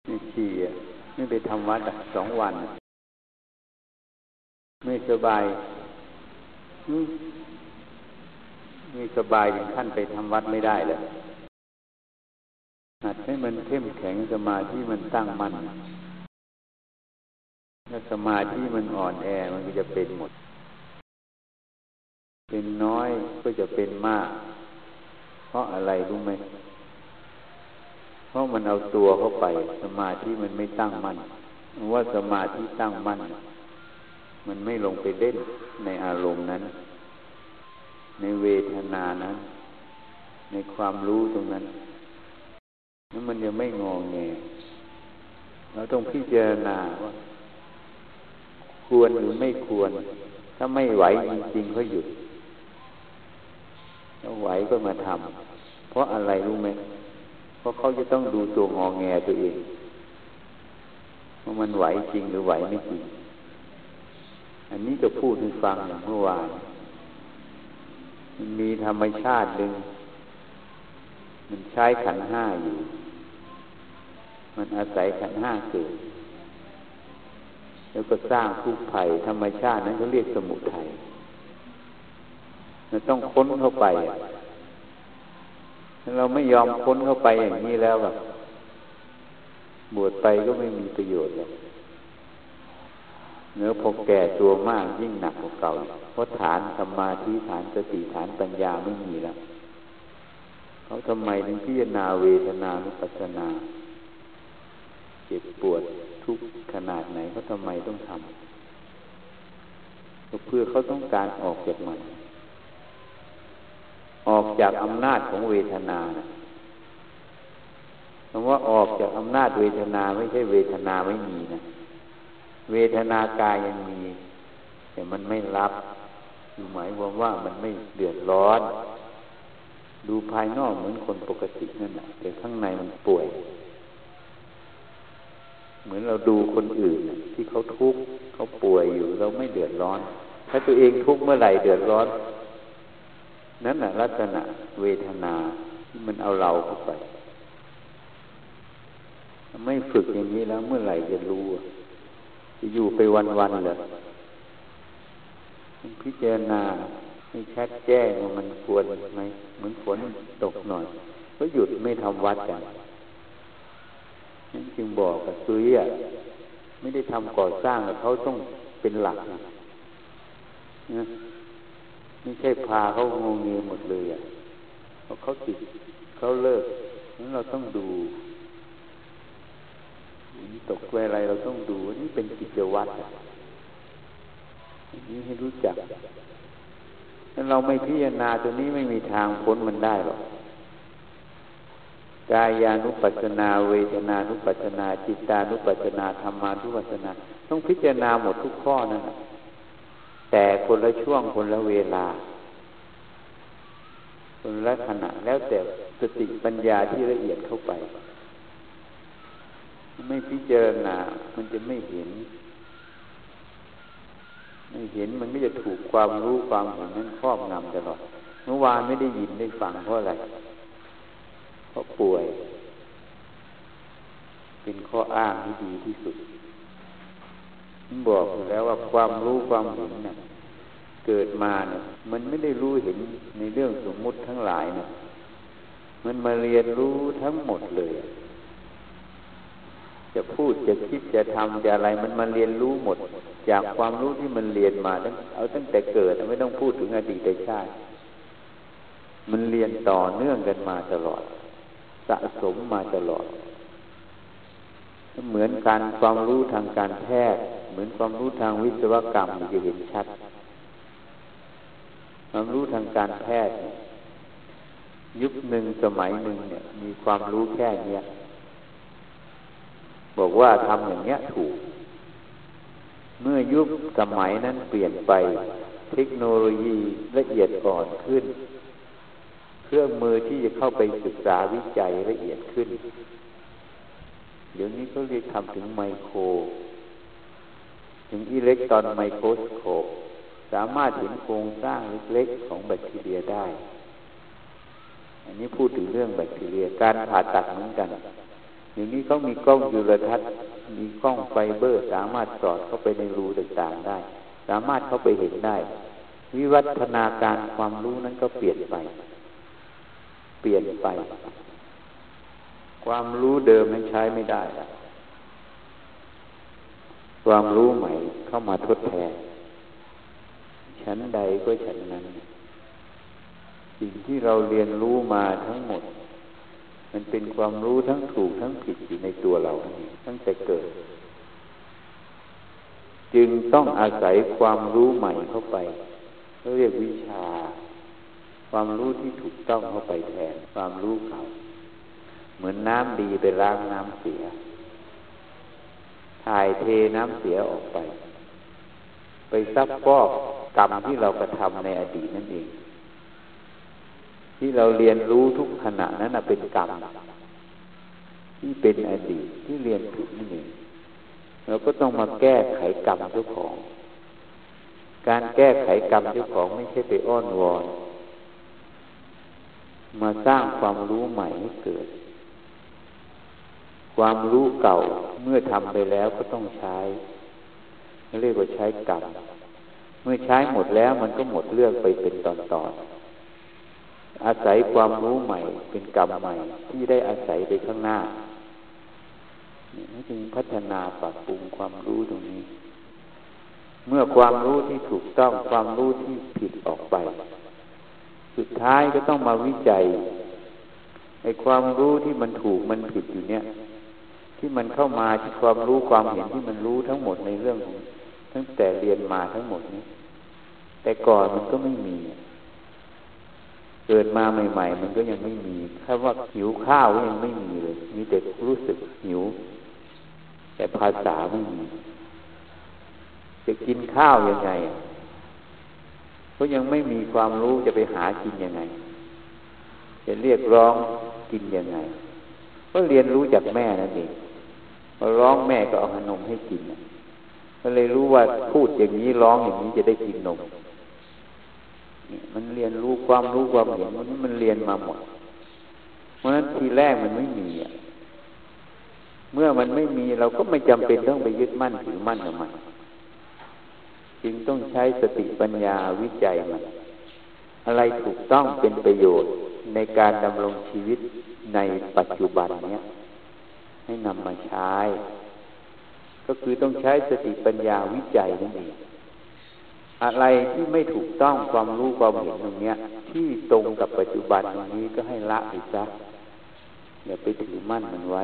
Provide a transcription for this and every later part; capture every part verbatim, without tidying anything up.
ไม่ขี่ไม่ไปทำวัดอ่ะสองวันไม่สบายไม่สบายถึงขั้นไปทำวัดไม่ได้เลยหัดให้มันเข้มแข็งสมาธิมันตั้งมั่นถ้าสมาธิมันอ่อนแอมันก็จะเป็นหมดเป็นน้อยก็จะเป็นมากเพราะอะไรรู้ไหมเพราะมันเอาตัวเข้าไปสมาธิมันไม่ตั้งมั่นว่าสมาธิตั้งมั่นมันไม่ลงไปเล่นในอารมณ์นั้นในเวทนานั้นในความรู้ตรงนั้นแล้วมันจะไม่งอแงเราต้องพิจารณาว่าควรหรือไม่ควรถ้าไม่ไหวจริงๆก็หยุดถ้าไหวก็มาทำเพราะอะไรรู้ไหมเพราะเขาจะต้องดูตัวงอแงตัวเองว่ามันไหวจริงหรือไหวไม่จริงอันนี้จะพูดให้ฟังอย่างเมื่อวานมันมีธรรมชาติหนึ่งมันใช้ขันธ์ห้าอยู่มันอาศัยขันธ์ห้าเกิดแล้วก็สร้างทุกข์ภัยธรรมชาตินั้นเขาเรียกสมุทัยเราต้องค้นเข้าไปถ้าเราไม่ยอมค้นเข้าไปอย่างนี้แล้วแบบบวชไปก็ไม่มีประโยชน์เลยเนื้อพอแก่ตัวมากยิ่งหนักกว่าเก่าเพราะฐานสมาธิฐานสติฐานปัญญาไม่มีแล้วเขาทำไมถึงพิจารณาเวทนานุปัสสนาเจ็บปวดทุกข์ขนาดไหนเขาทำไมต้องทำก็เพื่อเขาต้องการออกจากมันออกจากอำนาจของเวทนานะคำว่าออกจากอำนาจเวทนาไม่ใช่เวทนาไม่มีนะเวทนากายยังมีแต่มันไม่รับคือหมายความว่ามันไม่เดือดร้อนดูภายนอกเหมือนคนปกตินั่นแหละแต่ข้างในมันป่วยเหมือนเราดูคนอื่นที่เขาทุกข์เขาป่วยอยู่เราไม่เดือดร้อนถ้าตัวเองทุกข์เมื่อไหร่เดือดร้อนนั่นแหละลักษณะเวทนาที่มันเอาเราเข้าไปไม่ฝึกอย่างนี้แล้วเมื่อไหร่จะรู้จะอยู่ไปวันๆเลยพิจารณาให้ชัดแจ้งว่ามันควรไหมเหมือนฝนตกหน่อยก็หยุดไม่ทำวัดกันนั่นจึงบอกกับซุยอ่ะไม่ได้ทำก่อสร้างเขาต้องเป็นหลักนะไม่ใช่พาเขางงเงียหมดเลยอ่ะเพราะเขาติดเขาเลิกนั้นเราต้องดูตกเวลาเราต้องดูนี่เป็นกิจวัตรนี่ให้รู้จักถ้าเราไม่พิจารณาตัวนี้ไม่มีทางพ้นมันได้หรอกกายานุปัสสนาเวทนานุปัสสนาจิตานุปัสสนาธรรมานุปัสสนาต้องพิจารณาหมดทุกข้อนั่นแหละแต่คนละช่วงคนละเวลาคนละขณะแล้วแต่สติปัญญาที่ละเอียดเข้าไปไม่พิจารณามันจะไม่เห็นไม่เห็นมันก็จะถูกความรู้ความเห็นนั้นครอบงำตลอดเมื่อวานไม่ได้ยินได้ฟังเพราะอะไรเพราะป่วยเป็นข้ออ้างที่ดีที่สุดผมบอกแล้วว่าความรู้ความเห็นน่ะเกิดมาเนี่ยมันไม่ได้รู้เห็นในเรื่องสมมุติทั้งหลายน่ะมันมาเรียนรู้ทั้งหมดเลยจะพูดจะคิดจะทำจะอะไรมันมาเรียนรู้หมดจากความรู้ที่มันเรียนมาตั้งเอาตั้งแต่เกิดไม่ต้องพูดถึงอดีตชาติมันเรียนต่อเนื่องกันมาตลอดสะสมมาตลอดเหมือนการความรู้ทางการแพทย์เหมือนความรู้ทางวิศวกรรมจะเห็นชัดความรู้ทางการแพทย์ยุคหนึ่งสมัยหนึ่งเนี่ยมีความรู้แค่เนี้ยบอกว่าทำอย่างเนี้ยถูกเมื่อยุคสมัยนั้นเปลี่ยนไปเทคโนโลยีละเอียดอ่อนขึ้นเครื่องมือที่จะเข้าไปศึกษาวิจัยละเอียดขึ้นเดี๋ยวนี้เขาเรียกทำถึงไมโครถึงอิเล็กตรอนไมโครสโคปสามารถเห็นโครงสร้างเล็กๆของแบคทีเรียได้ อันนี้พูดถึงเรื่องแบคทีเรียการผ่าตัดเหมือนกันอย่างนี้เขามีกล้องจุลทรรศน์มีกล้องไฟเบอร์สามารถสอดเข้าไปในรูต่างๆได้สามารถเข้าไปเห็นได้วิวัฒนาการความรู้นั้นก็เปลี่ยนไปเปลี่ยนไปความรู้เดิมนั้นใช้ไม่ได้ความรู้ใหม่เข้ามาทดแทนชั้นใดก็ชั้นนั้นสิ่งที่เราเรียนรู้มาทั้งหมดมันเป็นความรู้ทั้งถูกทั้งผิดอยู่ในตัวเราตั้งแต่เกิดจึงต้องอาศัยความรู้ใหม่เข้าไปเขาเรียกวิชาความรู้ที่ถูกต้องเข้าไปแทนความรู้เก่าเหมือนน้ำดีไปล้างน้ำเสียถ่ายเทน้ำเสียออกไปไปซักฟอกกรรมที่เรากระทำในอดีตนั่นเองที่เราเรียนรู้ทุกขณะนั้นเป็นกรรมที่เป็นอดีตที่เรียนผิดนั่นเองเราก็ต้องมาแก้ไขกรรมเจ้าของการแก้ไขกรรมเจ้าของไม่ใช่ไปอ้อนวอนมาสร้างความรู้ใหม่ให้เกิดความรู้เก่าเมื่อทำไปแล้วก็ต้องใช้เรียกว่าใช้กรรมเมื่อใช้หมดแล้วมันก็หมดเรื่องไปเป็นตอนๆอาศัยความรู้ใหม่เป็นกรรมใหม่ที่ได้อาศัยไปข้างหน้านี่จึงพัฒนาปรับปรุงความรู้ตรงนี้เมื่อความรู้ที่ถูกต้องความรู้ที่ผิดออกไปสุดท้ายก็ต้องมาวิจัยไอ้ความรู้ที่มันถูกมันผิดอยู่เนี่ยที่มันเข้ามาที่ความรู้ความเห็นที่มันรู้ทั้งหมดในเรื่องของตั้งแต่เรียนมาทั้งหมดนี้แต่ก่อนมันก็ไม่มีเกิดมาใหม่ๆมันก็ยังไม่มีแค่ว่าหิวข้าวก็ยังไม่มีเลยมีแต่รู้สึกหิวแต่ภาษาไม่มีจะกินข้าวยังไงก็ยังไม่มีความรู้จะไปหากินยังไงจะเรียกร้องกินยังไงก็เรียนรู้จากแม่นั่นเองพอร้องแม่ก็เอาขนมให้กินก็เลยรู้ว่าพูดอย่างนี้ร้องอย่างนี้จะได้กินนมนี่มันเรียนรู้ความรู้ความเห็นมันมันเรียนมาหมดเพราะฉะนั้นทีแรกมันไม่มีอ่ะเมื่อมันไม่มีเราก็ไม่จำเป็นต้องไปยึดมั่นถือมั่นกับมันจึงต้องใช้สติปัญญาวิจัยมันอะไรถูกต้องเป็นประโยชน์ในการดำรงชีวิตในปัจจุบันเนี้ยให้นำมาใช้ก็คือต้องใช้สติปัญญาวิจัยนั่นเองอะไรที่ไม่ถูกต้องความรู้ความเห็นตรงเนี้ยที่ตรงกับปัจจุบันตรงนี้ก็ให้ละไปซะอย่าไปถือมั่นมันไว้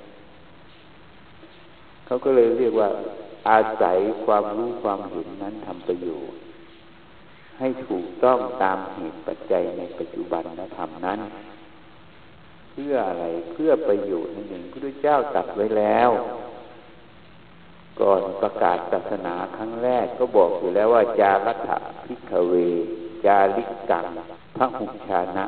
เขาก็เลยเรียกว่าอาศัยความรู้ความเห็นนั้นทำประโยชน์ให้ถูกต้องตามเหตุปัจจัยในปัจจุบันและธรรมนั้นเพื่ออะไรเพื่อประโยชน์นั่นเองพระพุทธเจ้าตรัสไว้แล้วก่อนประกาศศาสนาครั้งแรกก็บอกอยู่แล้วว่าจารัฐภิกขเวจาริกังพหุชานะ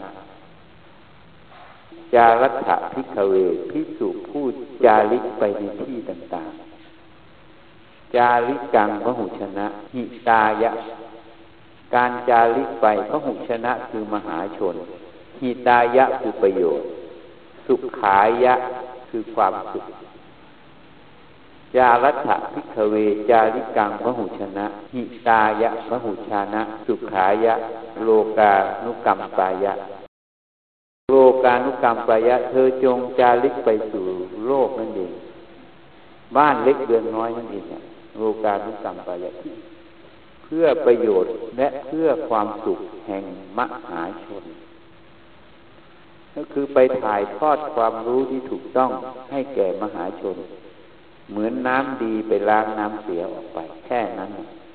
จารัฐภิกขเวภิกษุผู้จาริกไปในที่ต่างๆจาริกังพหุชนะหิตายะการจาริกไปพหุชนะคือมหาชนหิตายะคือประโยชน์สุขายะคือความสุขจารัฐภิกขเวจาริกังพหุชนะหิตายะพหุชานะสุขายะโลกานุกรรมปายะโลกานุกรรมปายะเธอจงจาริกไปสู่โลกนั่นเองบ้านเล็กเรือนน้อยนั่นเองโลกานุกรรมปายะเพื่อประโยชน์และเพื่อความสุขแห่งมหาชนก็คือไปถ่ายทอดความรู้ที่ถูกต้องให้แก่มหาชนเหมือนน้ำดีไปล้างน้ำเสียออกไปแค่นั้น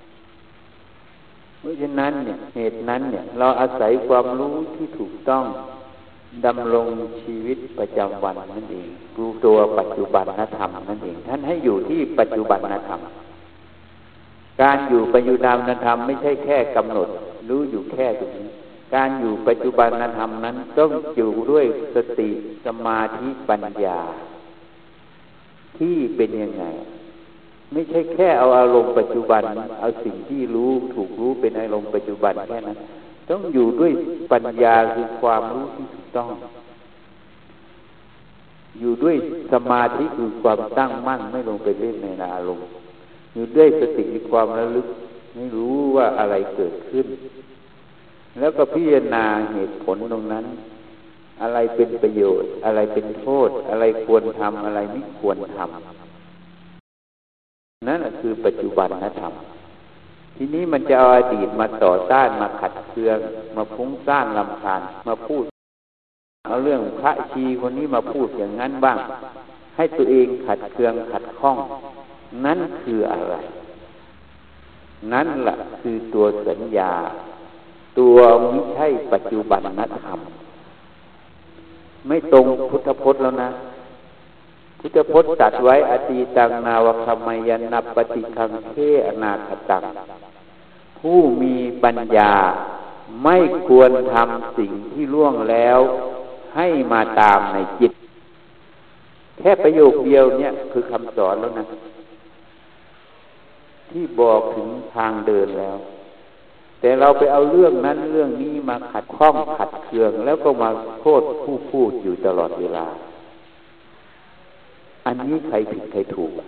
เพราะฉะนั้นเนี่ยเหตุนั้นเนี่ยเราอาศัยความรู้ที่ถูกต้องดำรงชีวิตประจำวันนั่นเองรู้ตัวปัจจุบันธรรมนั่นเองท่านให้อยู่ที่ปัจจุบันธรรมการอยู่ปัจจุบันธรรมไม่ใช่แค่กำหนดรู้อยู่แค่ตรงนี้การอยู่ปัจจุบันธรรมนั้นต้องอยู่ด้วยสติสมาธิปัญญาที่เป็นยังไงไม่ใช่แค่เอาอารมณ์ปัจจุบันเอาสิ่งที่รู้ถูกรู้เป็นอารมณ์ปัจจุบันแค่นั้นต้องอยู่ด้วยปัญญาคือความรู้ที่ถูกต้องอยู่ด้วยสมาธิคือความตั้งมั่นไม่ลงไปเล่นในอารมณ์อยู่ด้วยสติคือความระลึกไม่รู้ว่าอะไรเกิดขึ้นแล้วก็พิจารณาเหตุผลตรงนั้นอะไรเป็นประโยชน์อะไรเป็นโทษอะไรควรทำอะไรไม่ควรทำนั่นคือปัจจุบันธรรมทีนี้มันจะเอาอดีตมาต่อต้านมาขัดเคืองมาฟุ้งซ่านรำคาญมาพูดเอาเรื่องพระชีคนนี้มาพูดอย่างนั้นบ้างให้ตัวเองขัดเคืองขัดข้องนั่นคืออะไรนั่นแหละคือตัวสัญญาตัวไม่ใช่ปัจจุบันธรรมไม่ตรงพุทธพจน์แล้วนะพุทธพจน์ตรัสไว้อตีตังนาวคัมมยันนัปปฏิคังเทอนาคตังผู้มีปัญญาไม่ควรทำสิ่งที่ล่วงแล้วให้มาตามในจิตแค่ประโยคเดียวเนี่ยคือคำสอนแล้วนะที่บอกถึงทางเดินแล้วแต่เราไปเอาเรื่องนั้นเรื่องนี้มาขัดข้องขัดเคืองแล้วก็มาโทษผู้พูดอยู่ตลอดเวลาอันนี้ใครผิดใครถูก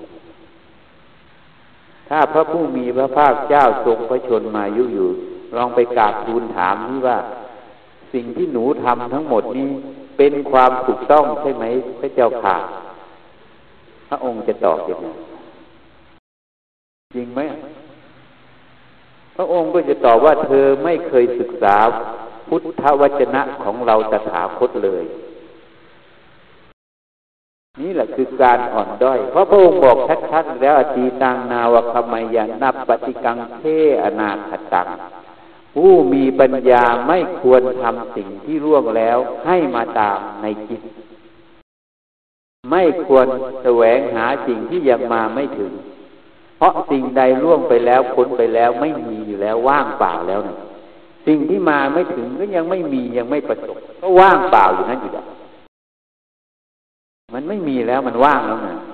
ถ้าพระผู้มีพระภาคเจ้าทรงพระชนมายุอยู่ลองไปกราบทูลถามนี่ว่าสิ่งที่หนูทำทั้งหมดนี้เป็นความถูกต้องใช่ไหมพระเจ้าค่ะพระองค์จะตอบอย่างไรจริงไหมพระองค์ก็จะตอบว่าเธอไม่เคยศึกษาพุทธวจนะของเราตถาคตเลยนี่แหละคือการอ่อนด้อยเพราะพระองค์บอกชัดๆแล้วอตีตังนาวคัมมยันนัปปฏิกังเทอนาคตังผู้มีปัญญาไม่ควรทำสิ่งที่ล่วงแล้วให้มาตามในจิตไม่ควรแสวงหาสิ่งที่ยังมาไม่ถึงเพราะสิ่งใดล่วงไปแล้วพ้นไปแล้วไม่มีอยู่แล้วว่างเปล่าแล้วนะสิ่งที่มาไม่ถึงก็ยังไม่มียังไม่ประสบก็ว่างเปล่าอยู่นั่นอยู่แล้วมันไม่มีแล้วมันว่างแล้วนะ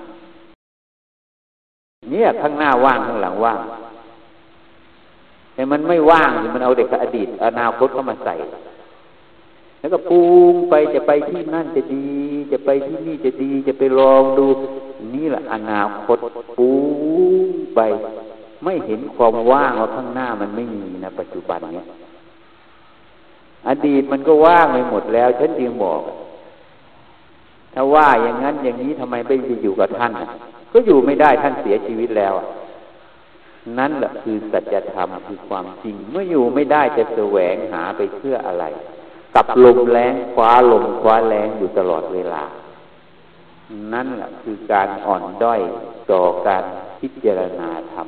เนี่ยข้างหน้าว่างข้างหลังว่างแต่มันไม่ว่างมันเอาเด็กอดีตอนาคตเข้ามาใส่แล้วก็ปูงไปจะไปที่นั่นจะดีจะไปที่นี่จะดีจะไปลองดูนี่แหละอนาคตปูงไปไม่เห็นความว่างว่าข้างหน้ามันไม่มีนะปัจจุบันเนี้ยอดีตมันก็ว่างไปหมดแล้วฉันจึงบอกถ้าว่าอย่างนั้นอย่างนี้ทำไมไม่ไปอยู่กับท่านก็อยู่ไม่ได้ท่านเสียชีวิตแล้วนั่นแหละคือสัจธรรมคือความจริงเมื่ออยู่ไม่ได้จะแสวงหาไปเพื่ออะไรกับลมแรงคว้าลมคว้าแรงอยู่ตลอดเวลานั่นแหละคือการอ่อนด้อยต่อการพิจารณาธรรม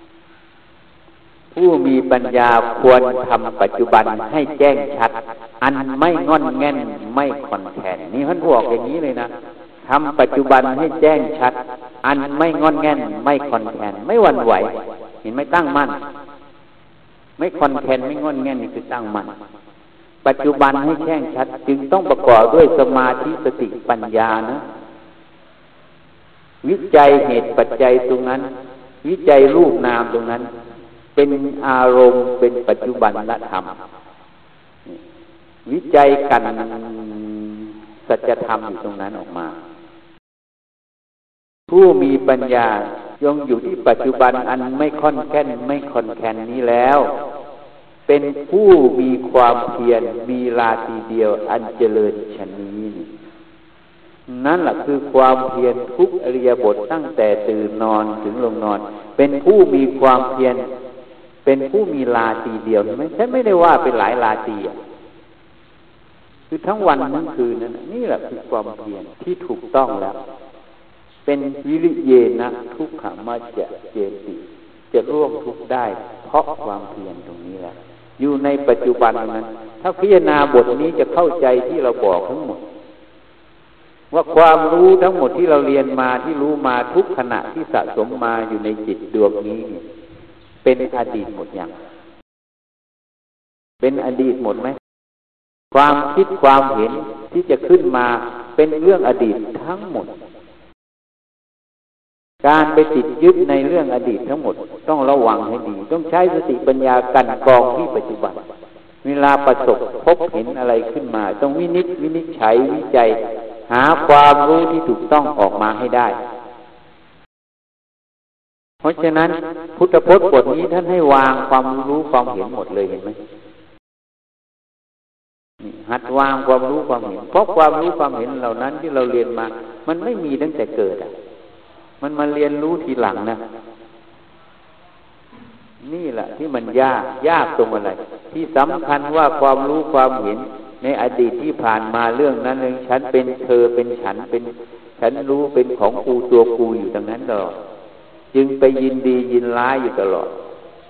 ผู้มีปัญญาควรทำปัจจุบันให้แจ้งชัดอันไม่งอนแง่นไม่คอนแทนนี่ท่านบอกอย่างนี้เลยนะทำปัจจุบันให้แจ้งชัดอันไม่งอนแง่นไม่คอนแทนไม่หวั่นไหวเห็นไหมตั้งมั่นไม่คอนแทนไม่งอนแง่นนี่คือตั้งมั่นปัจจุบันให้แจ้งชัดจึงต้องประกอบด้วยสมาธิสติปัญญานะวิจัยเหตุปัจจัยตรงนั้นวิจัยรูปนามตรงนั้นเป็นอารมณ์เป็นปัจจุบันธรรมวิจัยกันสัจธรรมอยู่ตรงนั้นออกมาผู้มีปัญญาย่อมอยู่ที่ปัจจุบันอันไม่ค่อนแค้นไม่คอนแคนนี้แล้วเป็นผู้มีความเพียรมีราตรีเดียวอันเจริญชนี้นั่นแหละคือความเพียรทุกอริยบทตั้งแต่ตื่นนอนถึงลงนอนเป็นผู้มีความเพียรเป็นผู้มีราตรีเดียวใช่ไหมฉันไม่ได้ว่าเป็นหลายราตรีอ่ะคือทั้งวันทั้งคืนนั่นนี่แหละคือความเพียรที่ถูกต้องแล้วเป็นวิริเยนะทุกขมัจจะเจติจะร่วมทุกข์ได้เพราะความเพียรตรงนี้แหละอยู่ในปัจจุบันนั้นถ้าพิจารณาบทนี้จะเข้าใจที่เราบอกทั้งหมดว่าความรู้ทั้งหมดที่เราเรียนมาที่รู้มาทุกขณะที่สะสมมาอยู่ในจิตดวงนี้เป็นอดีตหมดยังเป็นอดีตหมดไหมความคิดความเห็นที่จะขึ้นมาเป็นเรื่องอดีตทั้งหมดการไปติดยึดในเรื่องอดีตทั้งหมดต้องระวังให้ดีต้องใช้สติปัญญากันกรองที่ปัจจุบันเวลาประสบพบเห็นอะไรขึ้นมาต้องวินิจวินิจฉัยวิจัยหาความรู้ที่ถูกต้องออกมาให้ได้เพราะฉะนั้นพุทธพจน์บทนี้ท่านให้วางความรู้ความเห็นหมดเลยเห็นไหมหัดวางความรู้ความเห็นเพราะความรู้ความเห็นเหล่านั้นที่เราเรียนมามันไม่มีตั้งแต่เกิดอ่ะมันมาเรียนรู้ทีหลังนะนี่แหละที่มันยากยากตรงอะไรที่สำคัญว่าความรู้ความเห็นในอดีตที่ผ่านมาเรื่องนั้นเรื่องฉันเป็นเธอเป็นฉันเป็นฉันรู้เป็นของกูตัวกูอยู่ตรงนั้นตลอดจึงไปยินดียินร้ายอยู่ตลอด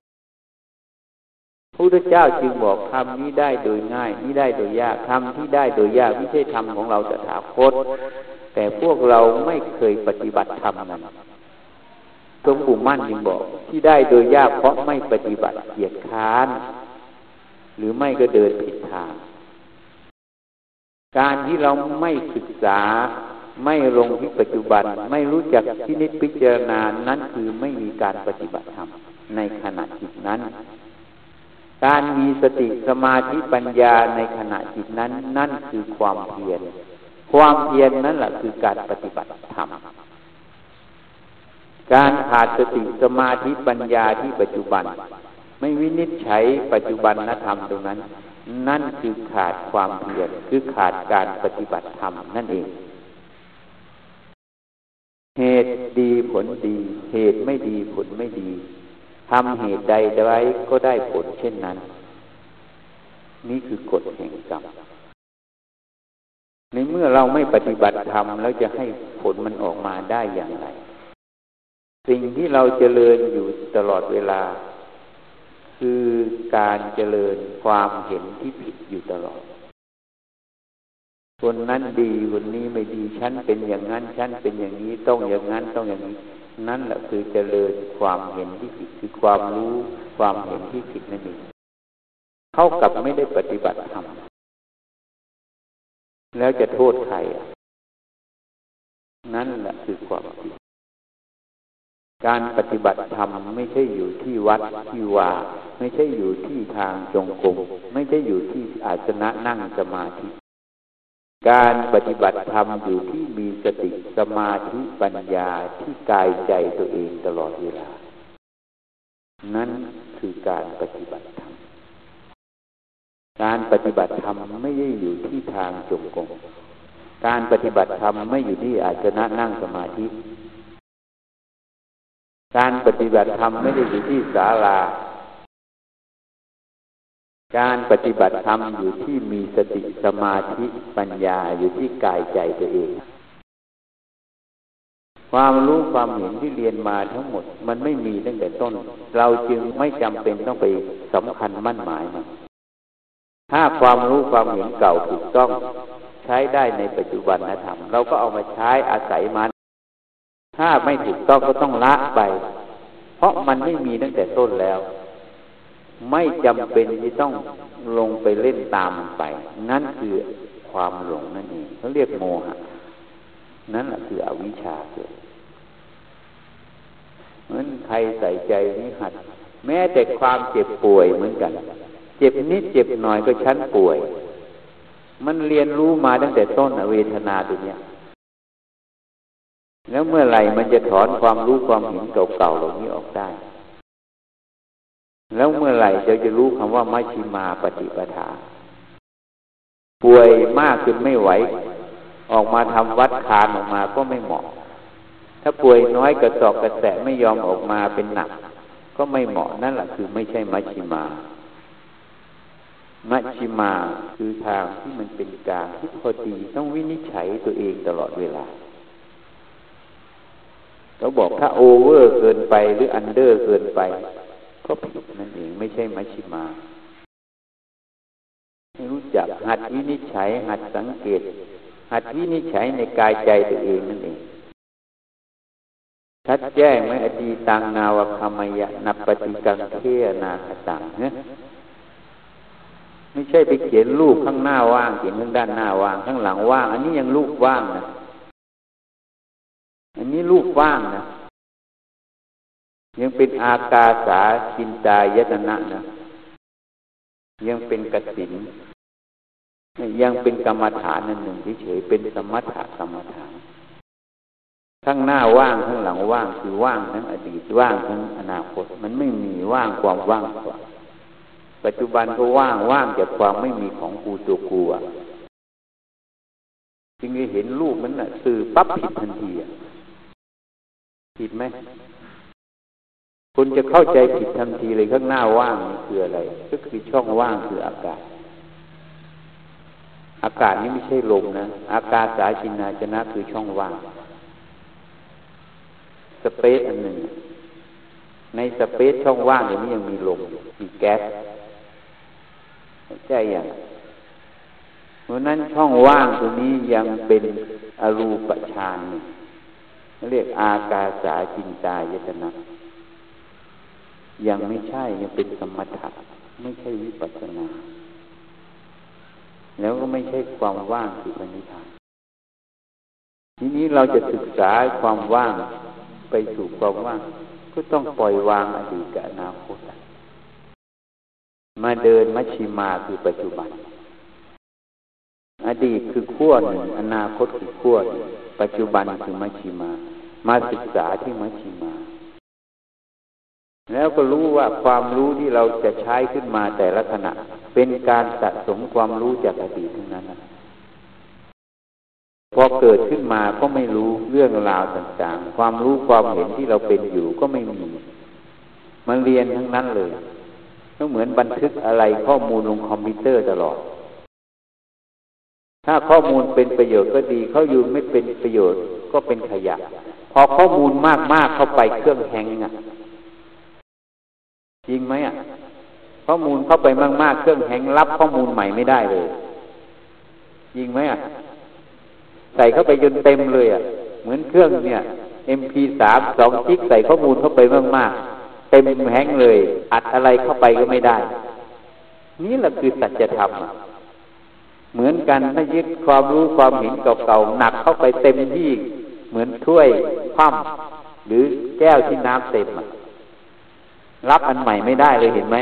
พระพุทธเจ้าจึงบอกทำนี้ได้โดยง่ายนี้ได้โดยยากทำที่ได้โดยยากไม่ใช่ธรรมของเราตถาคตแต่พวกเราไม่เคยปฏิบัติธรรมนั้นหลวงปู่มั่นจึงบอกที่ได้โดยยากเพราะไม่ปฏิบัติเกียจค้านหรือไม่ก็เดินผิดทางการที่เราไม่ศึกษาไม่ลงที่ปัจจุบันไม่รู้จักพินิจพิจารณานั้นคือไม่มีการปฏิบัติธรรมในขณะจิตนั้นการมีสติสมาธิปัญญาในขณะจิตนั้นนั่นคือความเพียรความเพียรนั่นแหละคือการปฏิบัติธรรมการขาดสติสมาธิปัญญาที่ปัจจุบันไม่วินิจฉัยปัจจุบันธรรมตรงนั้นนั่นคือขาดความเพียรคือขาดการปฏิบัติธรรมนั่นเองเหตุดีผลดีเหตุไม่ดีผลไม่ดีทำเหตุใดไว้ก็ได้ผลเช่นนั้นนี่คือกฎแห่งกรรมในเมื่อเราไม่ปฏิบัติธรรมแล้วจะให้ผลมันออกมาได้อย่างไรสิ่งที่เราเจริญอยู่ตลอดเวลาคือการเจริญความเห็นที่ผิดอยู่ตลอดคนนั้นดีคนนี้ไม่ดีฉันเป็นอย่างนั้นฉันเป็นอย่างนี้ต้องอย่างนั้นต้องอย่างนี้นั่นแหละคือเจริญความเห็นที่ผิดคือความรู้ความเห็นที่ผิดนั่นเองเข้ากับไม่ได้ปฏิบัติธรรมแล้วจะโทษใครอ่ะนั่นแหละคือความผิดการปฏิบัติธรรมไม่ใช่อยู่ที่วัดที่วาไม่ใช่อยู่ที่ทางจงกรมไม่ใช่อยู่ที่อาสนะนั่งสมาธิการปฏิบัติธรรมอยู่ที่มีสติสมาธิปัญญาที่กายใจตัวเองตลอดเวลานั่นคือการปฏิบัติธรรมการปฏิบัติธรรมไม่ได้อยู่ที่ทางจงกรมการปฏิบัติธรรมไม่อยู่ที่อาสนะนั่งสมาธิการปฏิบัติธรรมไม่ได้อยู่ที่ศาลาการปฏิบัติธรรมอยู่ที่มีสติสมาธิปัญญาอยู่ที่กายใจตัวเองความรู้ความเห็นที่เรียนมาทั้งหมดมันไม่มีตั้งแต่ต้นเราจึงไม่จำเป็นต้องไปสำคัญมั่นหมายมันถ้าความรู้ความเห็นเก่าถูกต้องใช้ได้ในปัจจุบันธรรมเราก็เอามาใช้อาศัยมันถ้าไม่ถูกต้องก็ต้องละไปเพราะมันไม่มีตั้งแต่ต้นแล้วไม่จำเป็นที่ต้องลงไปเล่นตามมันไปนั่นคือความหลงนั่นเองเขาเรียกโมหะนั่นแหละคืออวิชชาเกิดเหมือนใครใส่ใจนี่หัดแม้แต่ความเจ็บป่วยเหมือนกันเจ็บนิดเจ็บหน่อยก็ฉันป่วยมันเรียนรู้มาตั้งแต่ต้นเวทนาตัวเนี้ยแล้วเมื่อไหร่มันจะถอนความรู้ความเห็นเก่าๆเหล่านี้ออกได้แล้วเมื่อไหร่เราจะรู้คำว่ามัชฌิมาปฏิปทาป่วยมากจนไม่ไหวออกมาทำวัดคานออกมาก็ไม่เหมาะถ้าป่วยน้อยกระสอบกระแสะไม่ยอมออกมาเป็นหนักก็ไม่เหมาะนั่นแหละคือไม่ใช่มัชฌิมามัชฌิมาคือทางที่มันเป็นกลางที่พอดีต้องวินิจฉัยตัวเองตลอดเวลาเขาบอกถ้าโอเวอร์เกินไปหรืออันเดอร์เกินไปก็ผิดนั่นเองไม่ใช่มัชฌิมาให้รู้จักหัดวินิจฉัยหัดสังเกตหัดวินิจฉัยในกายใจตัวเองนั่นเองชัดแจ้งไหมอดีตังนาวคามยะนับปฏิกังเทนาคตังเนี่ยไม่ใช่ไปเขียนรูปข้างหน้าว่างเขียนข้างด้านหน้าว่างข้างหลังว่างอันนี้ยังรูปว่างนะอันนี้รูปว่างนะยังเป็นอากาสาชินตายตนะนะยังเป็นกสิณยังเป็นกรรมฐานนั่นหนึ่งเฉยๆเป็นสมถะกรรมฐานข้างหน้าว่างข้างหลังว่างคือว่างทั้งอดีตว่างทั้งอนาคตมันไม่มีว่างความว่างกว่าปัจจุบันก็ว่างว่างจากความไม่มีของกูตัวกูอ่ะจึงได้เห็นรูปมันน่ะสื่อปั๊บผิดทันทีผิดไหมคุณจะเข้าใจผิดทันทีเลยข้างหน้าว่างนี่คืออะไรก็คือช่องว่างคืออากาศอากาศนี้ไม่ใช่ลมนะอากาศสาจินาจนะคือช่องว่างสเปซอันหนึ่งในสเปซช่องว่างอย่างนี้ยังมีลมมีแก๊สใช่อย่างเพราะนั้นช่องว่างตัวนี้ยังเป็นอรูปฌานนี่เรียกอากาสาจินตายตนะยังไม่ใช่ยังเป็นสมถะไม่ใช่วิปัสสนาแล้วก็ไม่ใช่ความว่างคือพระนิพพานทีนี้เราจะศึกษาความว่างไปสู่ความว่างก็ต้องปล่อยวางอดีตกับอนาคตมาเดินมัชฌิมาคือปัจจุบันอดีตคือขั้วหนึ่งอนาคตคือขั้วหนึ่งปัจจุบันคือมัชฌิมามาศึกษาที่มัชฌิมาแล้วก็รู้ว่าความรู้ที่เราจะใช้ขึ้นมาแต่ละขณะเป็นการสะสมความรู้จากอดีตทั้งนั้นพอเกิดขึ้นมาก็ไม่รู้เรื่องราวต่างๆความรู้ความเห็นที่เราเป็นอยู่ก็ไม่มีมันเรียนทั้งนั้นเลยก็เหมือนบันทึกอะไรข้อมูลลงคอมพิวเตอร์ตลอดถ้าข้อมูลเป็นประโยชน์ก็ดีข้อมูลไม่เป็นประโยชน์ก็เป็นขยะพอข้อมูลมากๆเข้าไปเครื่องแฮงอ่ะจริงไหมอ่ะข้อมูลเข้าไปมากๆเครื่องแฮงรับข้อมูลใหม่ไม่ได้เลยจริงไหมอ่ะใส่เข้าไปจนเต็มเลยอ่ะเหมือนเครื่องเนี่ย เอ็ม พี สาม สองจิกใส่ข้อมูลเข้าไปมากๆเต็มแฮงเลยอัดอะไรเข้าไปก็ไม่ได้นี่แหละคือสัจธรรมอ่ะเหมือนกันถ้ายึดความรู้ความเห็นเก่าๆหนักเข้าไปเต็มที่เหมือนถ้วยคว่ำหรือแก้วที่น้ำเต็มรับอันใหม่ไม่ได้เลยเห็นไหม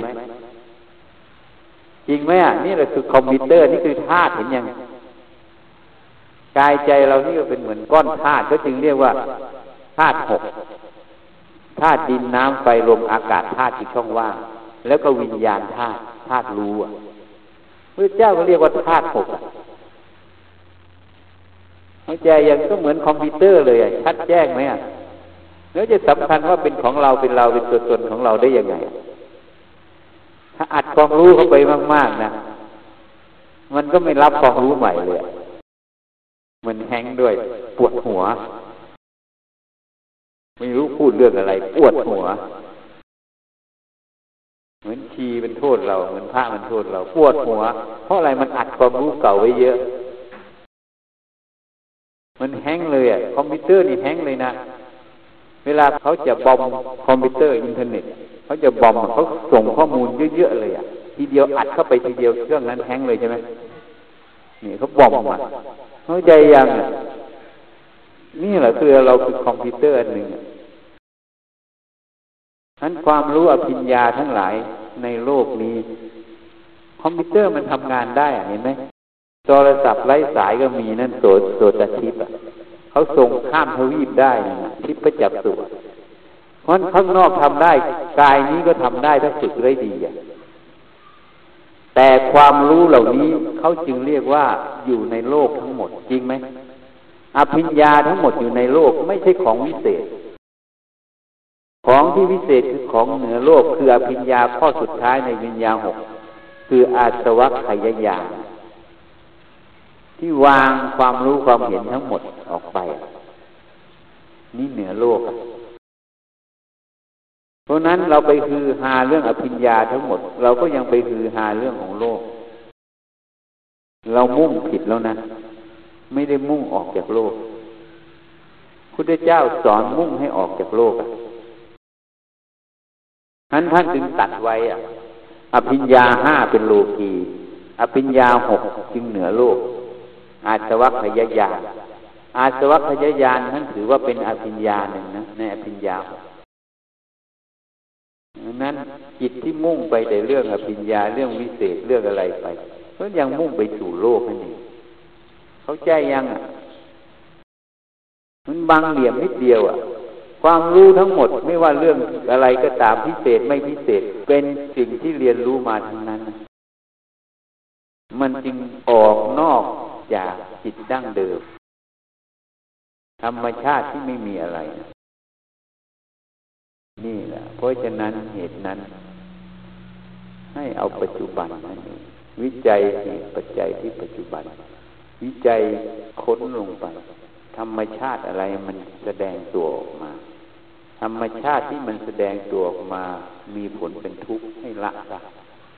จริงไหมอ่ะนี่แหละคือคอมพิวเตอร์นี่คือธาตุเห็นยังกายใจเรานี่ก็เป็นเหมือนก้อนธาตุก็จึงเรียกว่าธาตุหกธาตุดินน้ำไฟลมอากาศธาตุที่ช่องว่างแล้วก็วิญญาณธาตุธาตุรู้อ่ะพระเจ้าก็เรียกว่าธาตุหกอ่ะหัวใจยังก็เหมือนคอมพิวเตอร์เลยอ่ะชัดแจ้งไหมอ่ะแล้วจะสำคัญว่าเป็นของเราเป็นเราเป็นตัวตนของเราได้ยังไงถ้าอัดความรู้เข้าไปมากๆนะมันก็ไม่รับความรู้ใหม่เลยมันแฮงด้วยปวดหัวไม่รู้พูดเรื่องอะไรปวดหัวเหมือนชีเป็นโทษเราเหมือนพระมันโทษเราปวดหัวเพราะอะไรมันอัดความรู้เก่าไว้เยอะมันแฮงเลยอ่ะคอมพิวเตอร์นี่แฮงเลยนะเวลาเขาจะบอมคอมพิวเตอร์อินเทอร์เน็ตเขาจะบอมเขาส่งข้อมูลเยอะๆเลยอ่ะทีเดียวอัดเข้าไปทีเดียวเครื่องนั้นแฮงเลยใช่ไหมนี่เขาบอมมาเข้าใจยังนี่แหละคือเราคือคอมพิวเตอร์อันหนึ่งนั้นความรู้อภิญญาทั้งหลายในโลกนี้คอมพิวเตอร์มันทำงานได้เห็นไหมโทรศัพท์ไร้สายก็มีนั่นโสตโสตทิพย์อ่ะเขาส่งข้ามทวีปได้นะทิพย์ประจับตัวเพราะข้างนอกทำได้กายนี้ก็ทำได้ถ้าฝึกได้ดีอ่ะแต่ความรู้เหล่านี้เขาจึงเรียกว่าอยู่ในโลกทั้งหมดจริงไหมอภิญญาทั้งหมดอยู่ในโลกไม่ใช่ของวิเศษของที่วิเศษคือของเหนือโลกคืออภิญญาข้อสุดท้ายในวิญญาณหกคืออาสวัคคยญาณที่วางความรู้ความเห็นทั้งหมดออกไปนี่เหนือโลกเพราะนั้นเราไปฮือฮาเรื่องอภิญญาทั้งหมดเราก็ยังไปฮือฮาเรื่องของโลกเรามุ่งผิดแล้วนะไม่ได้มุ่งออกจากโลกพุทธเจ้าสอนมุ่งให้ออกจากโลกอ่ะท่านท่านจึงตัดไว้อ่ะอภิญญาห้าเป็นโลกีอภิญญาหกจึงเหนือโลกอาสวัคคยญาณอาสวัคคยญาณนั้นถือว่าเป็นอภิญญาหนึ่งนะในอภิญญานั้นจิตที่มุ่งไปแต่เรื่องอภิญญาเรื่องวิเศษเรื่องอะไรไปก็ยังมุ่งไปสู่โลกนั่นเองเข้าใจยังอ่ะมันบางเหลี่ยมนิดเดียวอ่ะความรู้ทั้งหมดไม่ว่าเรื่องอะไรก็ตามพิเศษไม่พิเศษเป็นสิ่งที่เรียนรู้มาทั้งนั้นมันจึงออกนอกจากจิตดั้งเดิมธรรมชาติที่ไม่มีอะไรนี่แหละเพราะฉะนั้นเหตุนั้นให้เอาปัจจุบันนั่นเองวิจัยเหตุปัจจัยที่ปัจจุบันวิจัยค้นลงไปธรรมชาติอะไรมันแสดงตัวออกมาธรรมชาติที่มันแสดงตัวออกมามีผลเป็นทุกข์ให้ละซะ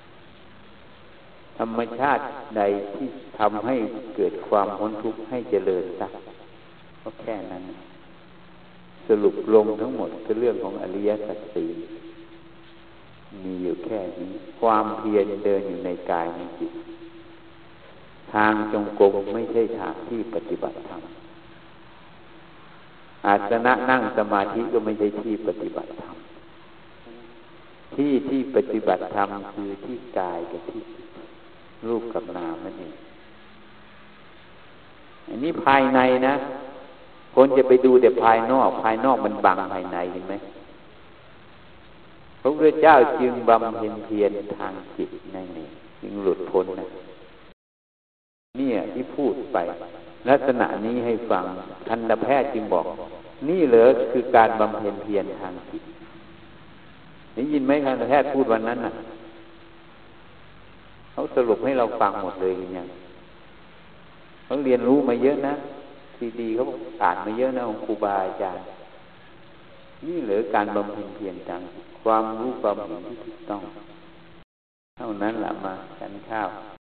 ธรรมชาติใดที่ทำให้เกิดความพ้นทุกข์ให้เจริญซะก็แค่นั้นสรุปลงทั้งหมดคือเรื่องของอริยสัจสี่มีอยู่แค่นี้ความเพียรเดินอยู่ในกายในจิตทางจงกรมไม่ใช่ทางที่ปฏิบัติธรรมอาสนะนั่งสมาธิก็ไม่ใช่ที่ปฏิบัติธรรมที่ที่ปฏิบัติธรรมคือที่กายกับที่รูปกับนามนั่นเองอันนี้ภายในนะคนจะไปดูแต่ภายนอกภายนอกมันบังภายในเห็นไหมพระพุทธเจ้าจึงบำเพ็ญเพียรทางจิตนั่นเองจึงหลุดพ้นนะเนี่ยที่พูดไปลักษณะนี้ให้ฟังทันตแพทย์จึงบอกนี่เหรอคือการบำเพ็ญเพียรทางจิตได้ยินไหมทันตแพทย์พูดวันนั้นน่ะเขาสรุปให้เราฟังหมดเลยอย่างเขาเรียนรู้มาเยอะนะซีดีเขาอ่านมาเยอะนะของครูบาอาจารย์นี่เหรอการบำเพ็ญเพียรทางความรู้ความเห็นที่ถูกต้องเท่านั้นแหละมาฉันข้าว